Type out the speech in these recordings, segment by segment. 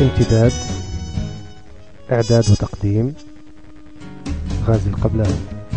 امتداد، إعداد وتقديم غازي القبلاني.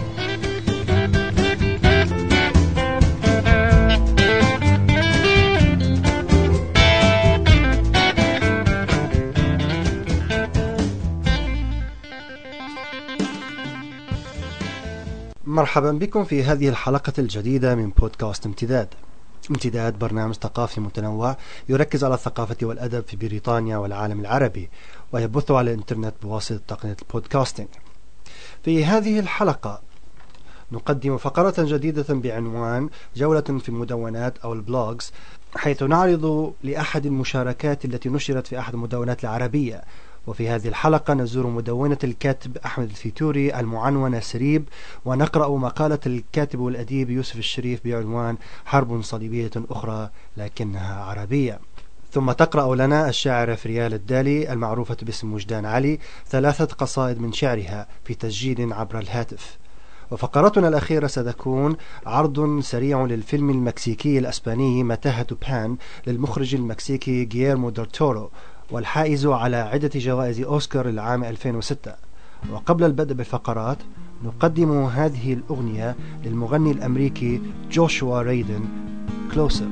مرحبا بكم في هذه الحلقة الجديدة من بودكاست امتداد. امتداد برنامج ثقافي متنوع يركز على الثقافة والأدب في بريطانيا والعالم العربي، ويبث على الإنترنت بواسطة تقنية البودكاستينج. في هذه الحلقة نقدم فقرة جديدة بعنوان جولة في المدونات أو البلوغز، حيث نعرض لأحد المشاركات التي نشرت في أحد المدونات العربية. وفي هذه الحلقة نزور مدونة الكاتب أحمد الفيتوري المعنونة سريب، ونقرأ مقالة الكاتب والأديب يوسف الشريف بعنوان حرب صليبية أخرى لكنها عربية. ثم تقرأ لنا الشاعرة فريال الدالي المعروفة باسم وجدان علي 3 قصائد من شعرها في تسجيل عبر الهاتف. وفقرتنا الأخيرة ستكون عرض سريع للفيلم المكسيكي الأسباني متاهة بان للمخرج المكسيكي غيليرمو ديل تورو، والحائز على عدة جوائز أوسكار العام 2006. وقبل البدء بالفقرات نقدم هذه الأغنية للمغني الأمريكي جوشوا ريدن، Closer.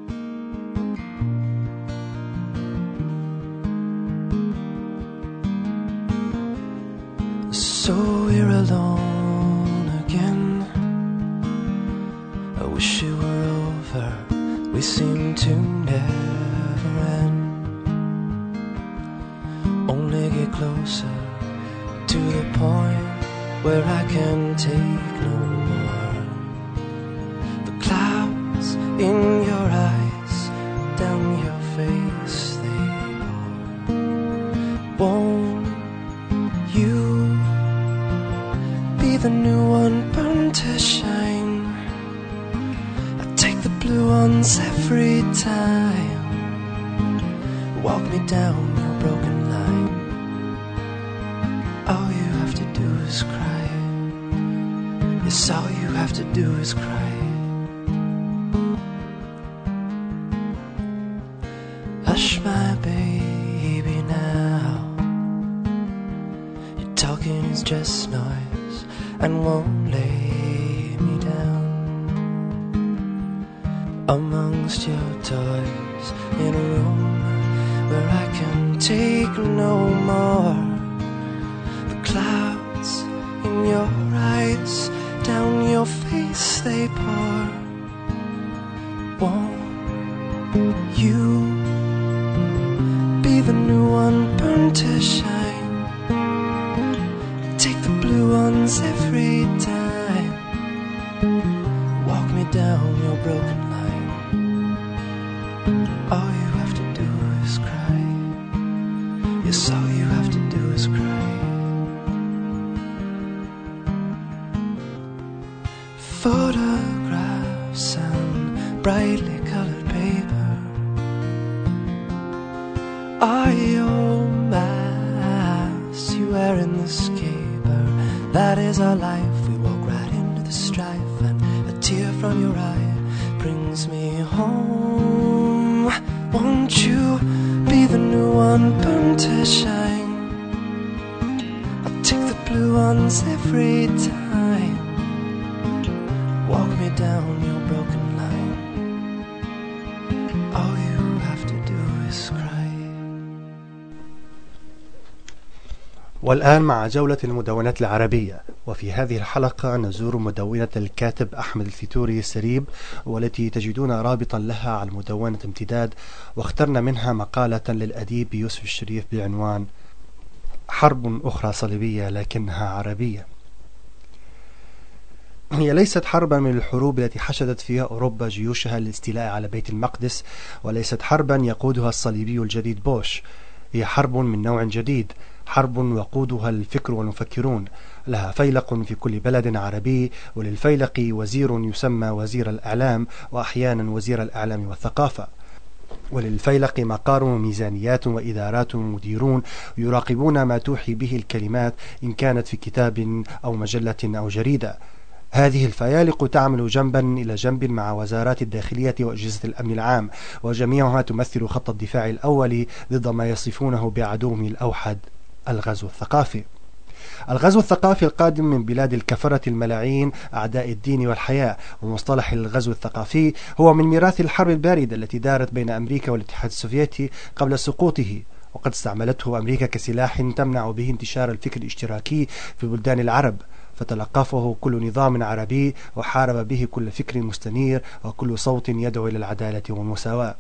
So we're alone again. I wish it were over. We seem to never end. Only get closer to the point where I can take no more. The clouds in your eyes, down your face they pour. Won't you be the new one, burn to shine? I take the blue ones every time. Walk me down your broken line. All you have to do is cry. Yes, all you have to do is cry. Hush my baby now. Your talking is just noise and won't lay me down. Amongst your toys in a room where I can take no more. The clouds in your eyes, down your face they pour. Won't you be the new one, burn to shine? Take the blue ones every time. Walk me down your broken line. All you have to do is cry. Yes, all you have to do is cry. Photographs and brightly colored paper are your masks you wear in the scaper. That is our life. We walk right into the strife, and a tear from your eye brings me home. Won't you be the new one, burn to shine? I'll take the blue ones every time. Walk me down your broken line. All you have to do is cry. والآن مع جولة المدونات العربية. وفي هذه الحلقة نزور مدونة الكاتب أحمد الفيتوري سريب، والتي تجدون رابطا لها على مدونة امتداد، واخترنا منها مقالة للأديب يوسف الشريف بعنوان حرب أخرى صليبية لكنها عربية. هي ليست حربا من الحروب التي حشدت فيها أوروبا جيوشها للاستيلاء على بيت المقدس، وليست حربا يقودها الصليبي الجديد بوش. هي حرب من نوع جديد، حرب وقودها الفكر والمفكرون. لها فيلق في كل بلد عربي، وللفيلق وزير يسمى وزير الإعلام، وأحيانا وزير الإعلام والثقافة. وللفيلق مقار وميزانيات وإدارات ومديرون يراقبون ما توحي به الكلمات، إن كانت في كتاب أو مجلة أو جريدة. هذه الفيالق تعمل جنبا إلى جنب مع وزارات الداخلية وأجهزة الأمن العام، وجميعها تمثل خط الدفاع الأول ضد ما يصفونه بعدوهم الأوحد: الغزو الثقافي. الغزو الثقافي القادم من بلاد الكفرة الملاعين أعداء الدين والحياة. ومصطلح الغزو الثقافي هو من ميراث الحرب الباردة التي دارت بين أمريكا والاتحاد السوفيتي قبل سقوطه، وقد استعملته أمريكا كسلاح تمنع به انتشار الفكر الاشتراكي في بلدان العرب، فتلقفه كل نظام عربي وحارب به كل فكر مستنير وكل صوت يدعو إلى العدالة والمساواة.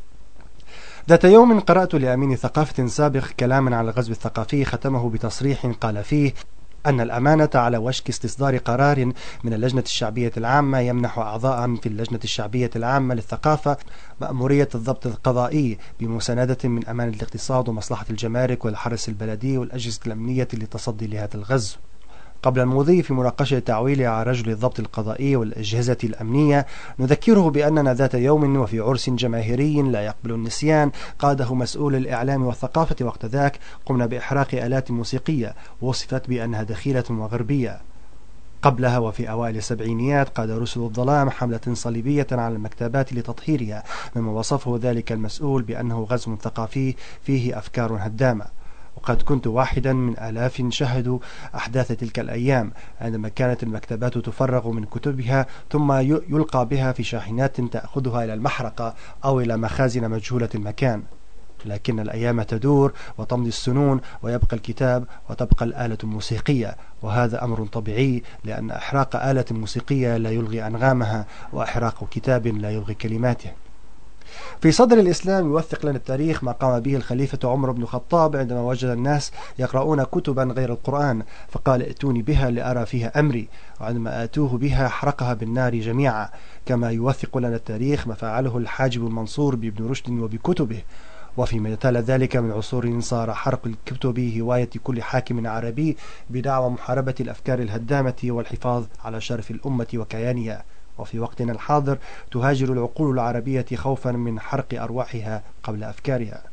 ذات يوم قرأت لأمين ثقافة سابق كلاما عن الغزو الثقافي ختمه بتصريح قال فيه أن الأمانة على وشك استصدار قرار من اللجنة الشعبية العامة يمنح أعضاء في اللجنة الشعبية العامة للثقافة مأمورية الضبط القضائي بمساندة من أمانة الاقتصاد ومصلحة الجمارك والحرس البلدي والأجهزة الأمنية للتصدي لهذا الغزو. قبل المضي في مناقشة تعويل على رجل الضبط القضائي والأجهزة الأمنية نذكره بأننا ذات يوم وفي عرس جماهيري لا يقبل النسيان قاده مسؤول الإعلام والثقافة وقت ذاك قمنا بإحراق آلات موسيقية وصفت بأنها دخيلة وغربية. قبلها وفي أوائل السبعينيات قاد رسل الظلام حملة صليبية على المكتبات لتطهيرها، مما وصفه ذلك المسؤول بأنه غزو ثقافي فيه أفكار هدامة. وقد كنت واحدا من آلاف شهدوا أحداث تلك الأيام عندما كانت المكتبات تفرغ من كتبها ثم يلقى بها في شاحنات تأخذها إلى المحرقة أو إلى مخازن مجهولة المكان. لكن الأيام تدور وتمضي السنون ويبقى الكتاب وتبقى الآلة الموسيقية، وهذا أمر طبيعي لأن إحراق آلة موسيقية لا يلغي أنغامها، وإحراق كتاب لا يلغي كلماته. في صدر الإسلام يوثق لنا التاريخ ما قام به الخليفة عمر بن الخطاب عندما وجد الناس يقرؤون كتبا غير القرآن فقال: ائتوني بها لأرى فيها أمري، وعندما آتوه بها حرقها بالنار جميعا. كما يوثق لنا التاريخ ما فعله الحاجب المنصور بابن رشد وبكتبه. وفيما تلا ذلك من عصور صار حرق الكتب هواية كل حاكم عربي بدعوى محاربة الأفكار الهدامة والحفاظ على شرف الأمة وكيانها. وفي وقتنا الحاضر تهاجر العقول العربية خوفا من حرق أرواحها قبل أفكارها.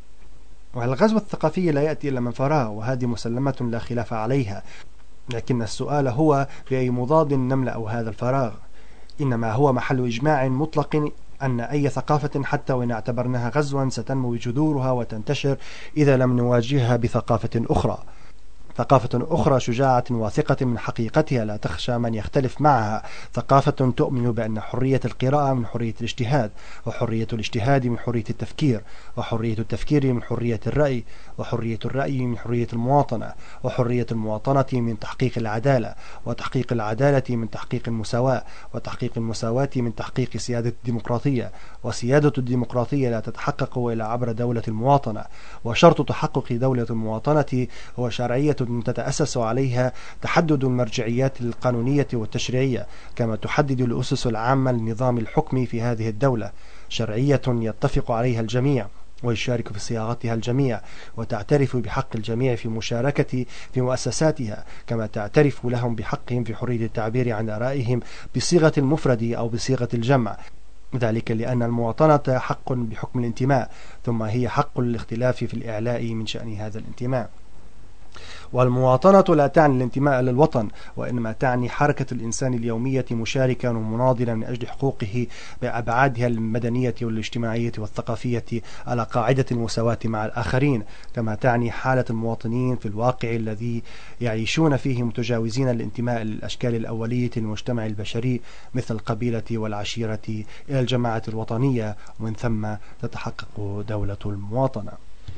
والغزو الثقافي لا يأتي إلا من فراغ، وهذه مسلمة لا خلاف عليها، لكن السؤال هو بأي مضاد نملأ هذا الفراغ. إنما هو محل إجماع مطلق أن أي ثقافة حتى وإن اعتبرناها غزوا ستنمو جذورها وتنتشر إذا لم نواجهها بثقافة أخرى، ثقافة أخرى شجاعة واثقة من حقيقتها لا تخشى من يختلف معها، ثقافة تؤمن بأن حرية القراءة من حرية الاجتهاد، وحرية الاجتهاد من حرية التفكير، وحرية التفكير من حرية الرأي، وحرية الرأي من حرية المواطنة، وحرية المواطنة من تحقيق العدالة، وتحقيق العدالة من تحقيق المساواة، وتحقيق المساواة من تحقيق سيادة الديمقراطية، وسيادة الديمقراطية لا تتحقق إلا عبر دولة المواطنة، وشرط تحقق دولة المواطنة هو شرعية تتأسس عليها تحدد المرجعيات القانونية والتشريعية، كما تحدد الأسس العامة لنظام الحكم في هذه الدولة، شرعية يتفق عليها الجميع ويشارك في صياغتها الجميع، وتعترف بحق الجميع في مشاركة في مؤسساتها، كما تعترف لهم بحقهم في حرية التعبير عن آرائهم بصيغة المفرد أو بصيغة الجمع، ذلك لأن المواطنة حق بحكم الانتماء، ثم هي حق الاختلاف في الإعلاء من شأن هذا الانتماء. والمواطنة لا تعني الانتماء للوطن، وإنما تعني حركة الإنسان اليومية مشاركا ومناضلا من أجل حقوقه بأبعادها المدنية والاجتماعية والثقافية على قاعدة المساواة مع الآخرين، كما تعني حالة المواطنين في الواقع الذي يعيشون فيه متجاوزين الانتماء للأشكال الأولية للمجتمع البشري مثل القبيلة والعشيرة إلى الجماعة الوطنية، ومن ثم تتحقق دولة المواطنة.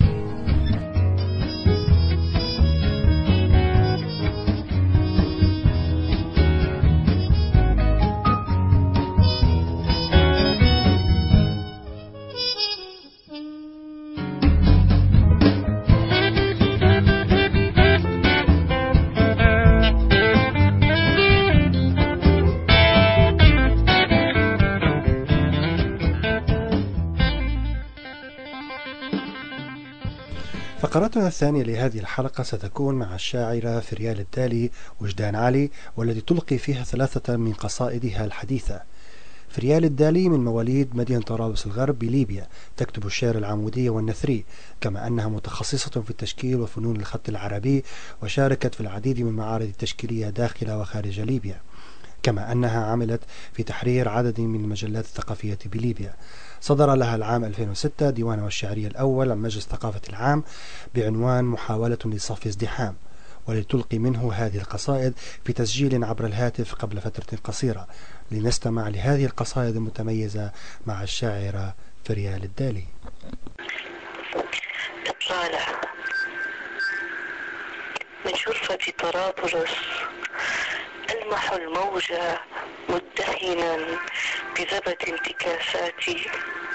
فقرتنا الثانية لهذه الحلقة ستكون مع الشاعرة فريال الدالي وجدان علي، والتي تلقي فيها 3 من قصائدها الحديثة. فريال الدالي من مواليد مدينة طرابلس الغرب بليبيا، تكتب الشعر العمودي والنثري، كما أنها متخصصة في التشكيل وفنون الخط العربي، وشاركت في العديد من المعارض التشكيلية داخل وخارج ليبيا. كما أنها عملت في تحرير عدد من المجلات الثقافية بليبيا. صدر لها العام 2006 ديوانها الشعري الأول عن مجلس الثقافة العام بعنوان محاولة لصف ازدحام، ولتلقي منه هذه القصائد في تسجيل عبر الهاتف قبل فترة قصيرة. لنستمع لهذه القصائد المتميزة مع الشاعرة فريال الدالي. إطلالة من شرفة طرابلس ألمح الموج مدهنا بزبد انتكاساتي،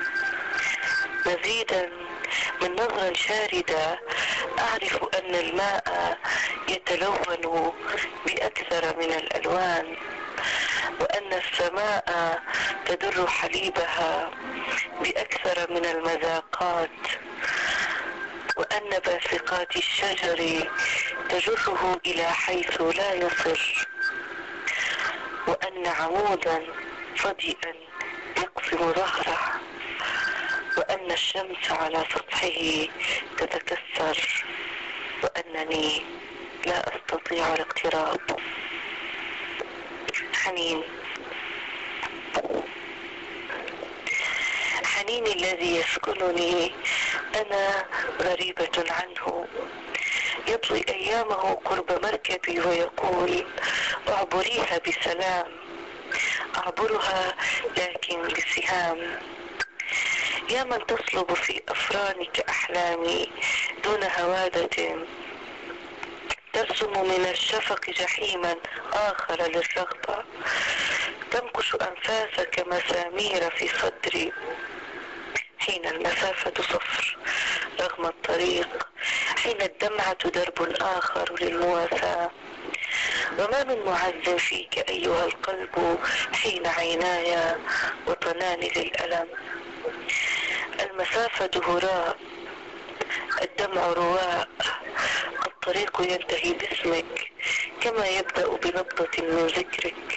مزيدا من نظرة شاردة أعرف أن الماء يتلون بأكثر من الألوان، وأن السماء تدر حليبها بأكثر من المذاقات، وأن باسقات الشجر تجره إلى حيث لا يصر، وأن عمودا صدئا يقسم ظهره، وأن الشمس على سطحه تتكسر، وأنني لا أستطيع الاقتراب. حنين الذي يسكنني أنا غريبة عنه، يطوي أيامه قرب مركبي ويقول أعبريها بسلام، أعبرها لكن بسهام. يا من تصلب في أفرانك أحلامي دون هوادة، ترسم من الشفق جحيما آخر للرغبة، تنقش أنفاسك مسامير في صدري حين المسافة صفر رغم الطريق، حين الدمعة درب آخر للمواساة. وما من معز فيك أيها القلب حين عيناي وطنان للألم. المسافة هراء، الدمع رواء، الطريق ينتهي باسمك كما يبدأ بنبضة من ذكرك.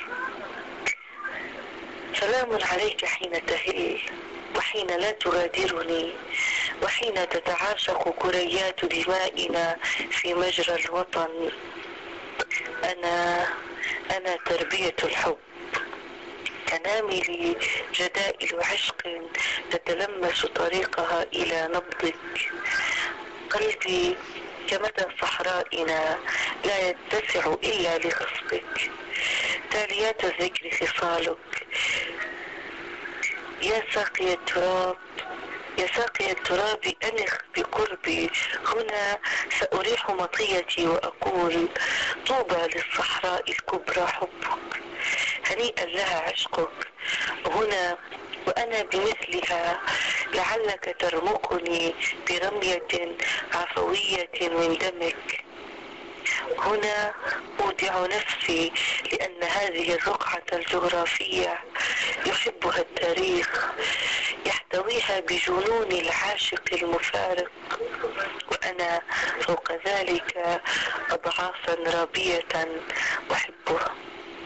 سلام عليك حين تهل وحين لا تغادرني، وحين تتعاشق كريات دمائنا في مجرى الوطن. أنا تربية الحب، تنامي لي جدائل عشق تتلمس طريقها إلى نبضك. قلبي كمدى صحرائنا لا يتسع إلا لغصبك. تاليات الذكر خصالك، يا ساقي التراب أنخ بقربي، هنا سأريح مطيتي وأقول طوبى للصحراء الكبرى حبك، هنيئا لها عشقك هنا وأنا بمثلها، لعلك ترمقني برمية عفوية من دمك. هنا أودع نفسي لأن هذه الرقعة الجغرافية يحبها التاريخ، يحتويها بجنون العاشق المفارق، وأنا فوق ذلك أضعافا رابية أحبها.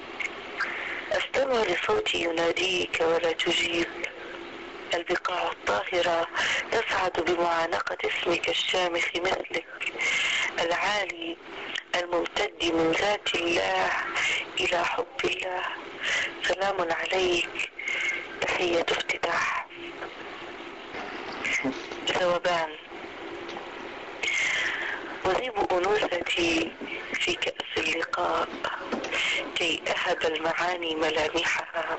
أستمع لصوتي يناديك ولا تجيب، البقاع الطاهرة تسعد بمعانقة اسمك الشامخ مثلك، العالي الممتد من ذات الله إلى حب الله. سلام عليك، تحية افتتاح. ذوبان. أذيب أنوثتي في كأس اللقاء كي أهب المعاني ملامحها،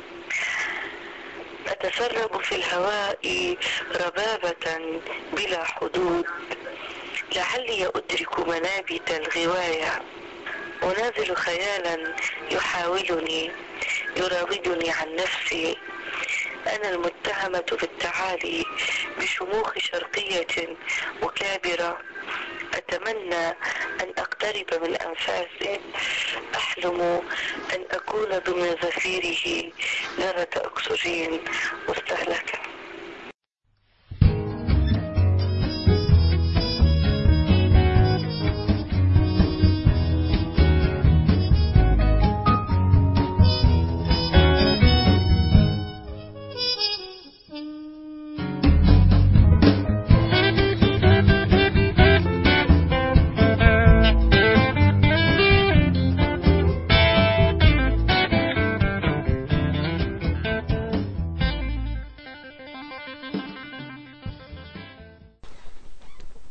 أتسرب في الهواء ربابة بلا حدود، لعلي أدرك منابت الغواية، أنازل خيالا يحاولني يراودني عن نفسي. أنا المتهمة بالتعالي بشموخ شرقية مكابرة، أتمنى أن أقترب من أنفاسه، أحلم أن أكون ضمن زفيره ذرة أكسجين مستهلكة.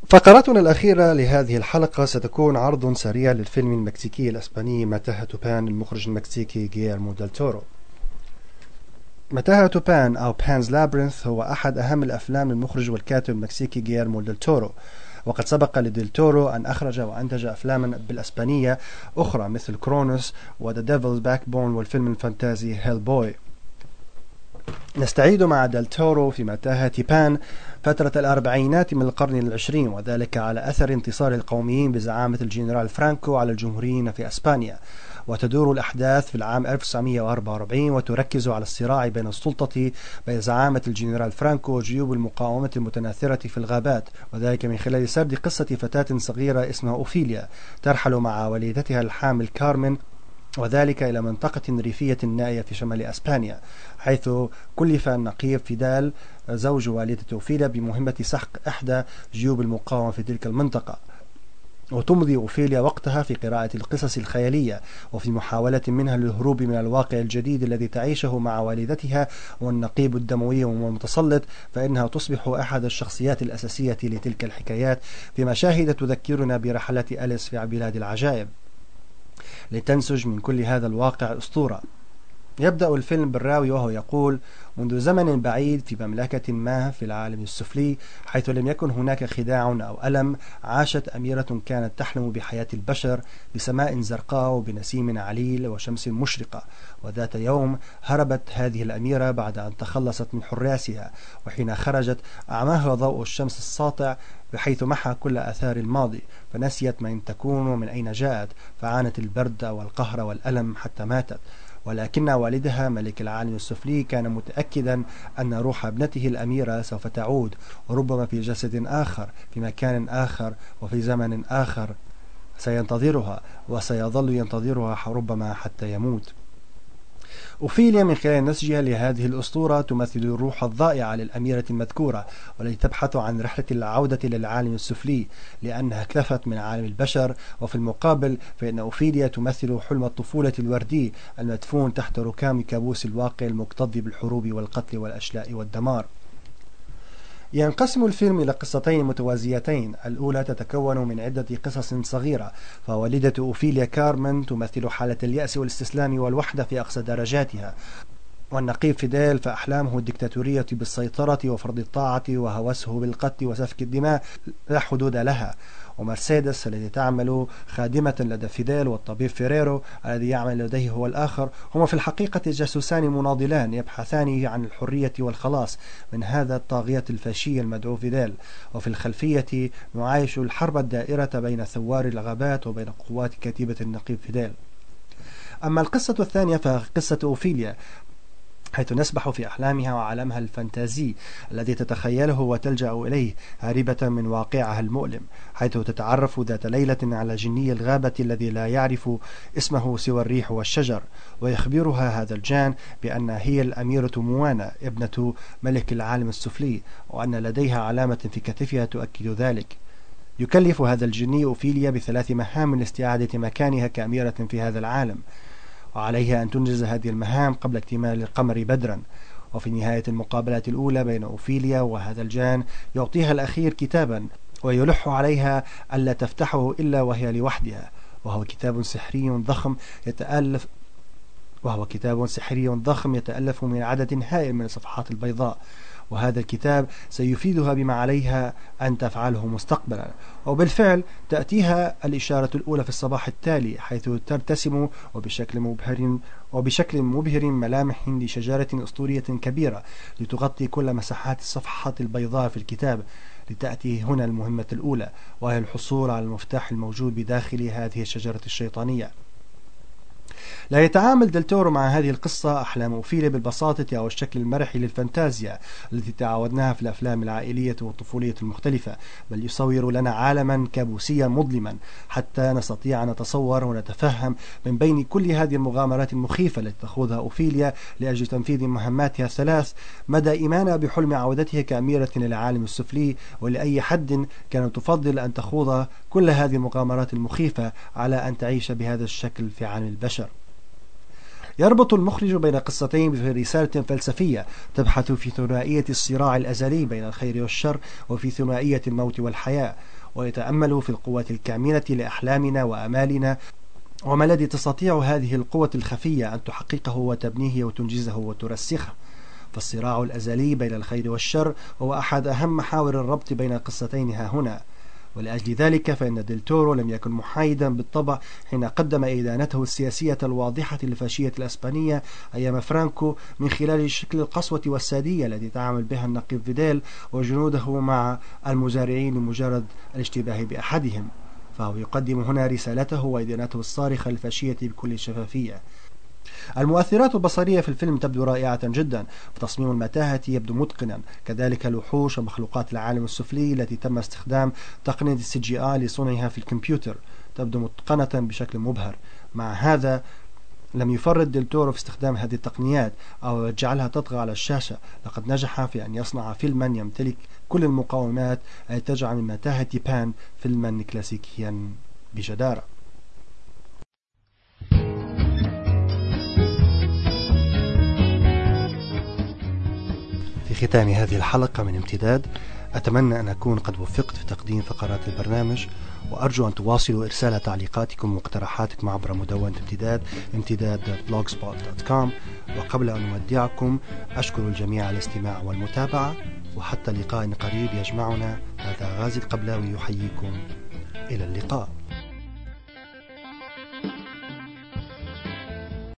فقراتنا الأخيرة لهذه الحلقة ستكون عرض سريع للفيلم المكسيكي الأسباني متاهة بان المخرج المكسيكي غيليرمو ديل تورو. متاهة بان أو بانز لابرنث هو أحد أهم الأفلام للمخرج والكاتب المكسيكي غيليرمو ديل تورو، وقد سبق لديل تورو أن أخرج وأنتج أفلاما بالأسبانية أخرى مثل كرونوس وذا ديفلز باك بون والفيلم الفانتازي هيل بوي. نستعيد مع ديل تورو في متاهة بان فترة الأربعينات من القرن العشرين، وذلك على أثر انتصار القوميين بزعامة الجنرال فرانكو على الجمهوريين في أسبانيا، وتدور الأحداث في العام 1944 وتركز على الصراع بين السلطة بين زعامة الجنرال فرانكو وجيوب المقاومة المتناثرة في الغابات، وذلك من خلال سرد قصة فتاة صغيرة اسمها أوفيليا ترحل مع والدتها الحامل كارمن، وذلك إلى منطقة ريفية نائية في شمال أسبانيا، حيث كلف النقيب فيدال زوج والدة أوفيليا بمهمة سحق إحدى جيوب المقاومة في تلك المنطقة. وتمضي أوفيليا وقتها في قراءة القصص الخيالية وفي محاولة منها للهروب من الواقع الجديد الذي تعيشه مع والدتها والنقيب الدموي والمتسلط، فإنها تصبح أحد الشخصيات الأساسية لتلك الحكايات في مشاهد تذكرنا برحلة أليس في بلاد العجائب، لتنسج من كل هذا الواقع أسطورة. يبدأ الفيلم بالراوي وهو يقول: منذ زمن بعيد في مملكة ما في العالم السفلي، حيث لم يكن هناك خداع أو ألم، عاشت أميرة كانت تحلم بحياة البشر بسماء زرقاء وبنسيم عليل وشمس مشرقة. وذات يوم هربت هذه الأميرة بعد أن تخلصت من حراسها، وحين خرجت أعماها ضوء الشمس الساطع بحيث محى كل آثار الماضي، فنسيت من تكون ومن أين جاءت، فعانت البرد والقهر والألم حتى ماتت. ولكن والدها ملك العالم السفلي كان متأكدا أن روح ابنته الأميرة سوف تعود، وربما في جسد آخر في مكان آخر وفي زمن آخر سينتظرها، وسيظل ينتظرها ربما حتى يموت. أوفيليا من خلال نسجها لهذه الأسطورة تمثل الروح الضائعة للأميرة المذكورة، والتي تبحث عن رحلة العودة للعالم السفلي لأنها اختفت من عالم البشر. وفي المقابل فإن أوفيليا تمثل حلم الطفولة الوردي المدفون تحت ركام كابوس الواقع المكتظ بالحروب والقتل والأشلاء والدمار. ينقسم الفيلم إلى قصتين متوازيتين، الأولى تتكون من عدة قصص صغيرة، فوالدة أوفيليا كارمن تمثل حالة اليأس والاستسلام والوحدة في أقصى درجاتها، والنقيب فيدال فأحلامه الدكتاتورية بالسيطرة وفرض الطاعة وهوسه بالقتل وسفك الدماء لا حدود لها. ومرسيدس التي تعمل خادمة لدى فيدال والطبيب فيريرو الذي يعمل لديه هو الآخر، هما في الحقيقة جاسوسان مناضلان يبحثان عن الحرية والخلاص من هذا الطاغية الفاشي المدعو فيدال. وفي الخلفية نعايش الحرب الدائرة بين ثوار الغابات وبين قوات كتيبة النقيب فيدال. أما القصة الثانية فقصة أوفيليا، حيث نسبح في أحلامها وعالمها الفانتازي الذي تتخيله وتلجأ إليه هاربة من واقعها المؤلم، حيث تتعرف ذات ليلة على جني الغابة الذي لا يعرف اسمه سوى الريح والشجر، ويخبرها هذا الجان بأن هي الأميرة موانا ابنة ملك العالم السفلي، وأن لديها علامة في كتفها تؤكد ذلك. يكلف هذا الجني أوفيليا ب3 مهام لاستعادة مكانها كأميرة في هذا العالم، وعليها أن تنجز هذه المهام قبل اكتمال القمر بدرا. وفي نهاية المقابلة الأولى بين أوفيليا وهذا الجان يعطيها الأخير كتابا ويلح عليها ألا تفتحه إلا وهي لوحدها، وهو كتاب سحري ضخم يتألف من عدد هائل من الصفحات البيضاء، وهذا الكتاب سيفيدها بما عليها أن تفعله مستقبلا. وبالفعل تأتيها الإشارة الأولى في الصباح التالي، حيث ترتسم وبشكل مبهر ملامح لشجرة أسطورية كبيرة لتغطي كل مساحات الصفحات البيضاء في الكتاب. لتأتي هنا المهمة الأولى، وهي الحصول على المفتاح الموجود بداخل هذه الشجرة الشيطانية. لا يتعامل ديل تورو مع هذه القصة أحلام أوفيليا بالبساطة أو الشكل المرحي للفانتازيا التي تعودناها في الأفلام العائلية والطفولية المختلفة، بل يصور لنا عالما كابوسيا مظلما حتى نستطيع أن نتصور ونتفهم من بين كل هذه المغامرات المخيفة التي تخوضها أوفيليا لأجل تنفيذ مهماتها الثلاث مدى إيمانها بحلم عودتها كأميرة للعالم السفلي، ولأي حد كانت تفضل أن تخوض كل هذه المغامرات المخيفة على أن تعيش بهذا الشكل في عالم البشر. يربط المخرج بين قصتين برسالة فلسفية تبحث في ثنائية الصراع الأزلي بين الخير والشر، وفي ثنائية الموت والحياة، ويتأمل في القوة الكامنة لأحلامنا وأمالنا، وما الذي تستطيع هذه القوة الخفية أن تحققه وتبنيه وتنجزه وترسخه. فالصراع الأزلي بين الخير والشر هو أحد أهم محاور الربط بين القصتين ها هنا، ولأجل ذلك فإن ديل تورو لم يكن محايدا بالطبع حين قدم إدانته السياسية الواضحة للفاشية الأسبانية أيام فرانكو من خلال شكل القسوة والسادية التي تعامل بها النقيب فيديل وجنوده مع المزارعين لمجرد الاشتباه بأحدهم. فهو يقدم هنا رسالته وإدانته الصارخة للفاشية بكل شفافية. المؤثرات البصرية في الفيلم تبدو رائعة جدا، وتصميم المتاهة يبدو متقنا، كذلك الوحوش ومخلوقات العالم السفلي التي تم استخدام تقنية CGI لصنعها في الكمبيوتر تبدو متقنة بشكل مبهر. مع هذا لم يفرط ديل تورو في استخدام هذه التقنيات أو يجعلها تطغى على الشاشة، لقد نجح في أن يصنع فيلما يمتلك كل المقومات التي تجعل من متاهة بان فيلما كلاسيكيا بجدارة. في ختام هذه الحلقة من امتداد، أتمنى أن أكون قد وفقت في تقديم فقرات البرنامج، وأرجو أن تواصلوا إرسال تعليقاتكم واقتراحاتكم عبر مدونة امتداد.blogspot.com. وقبل أن أودعكم أشكر الجميع على الاستماع والمتابعة، وحتى لقاء قريب يجمعنا، هذا غازي القبلاوي يحييكم، إلى اللقاء.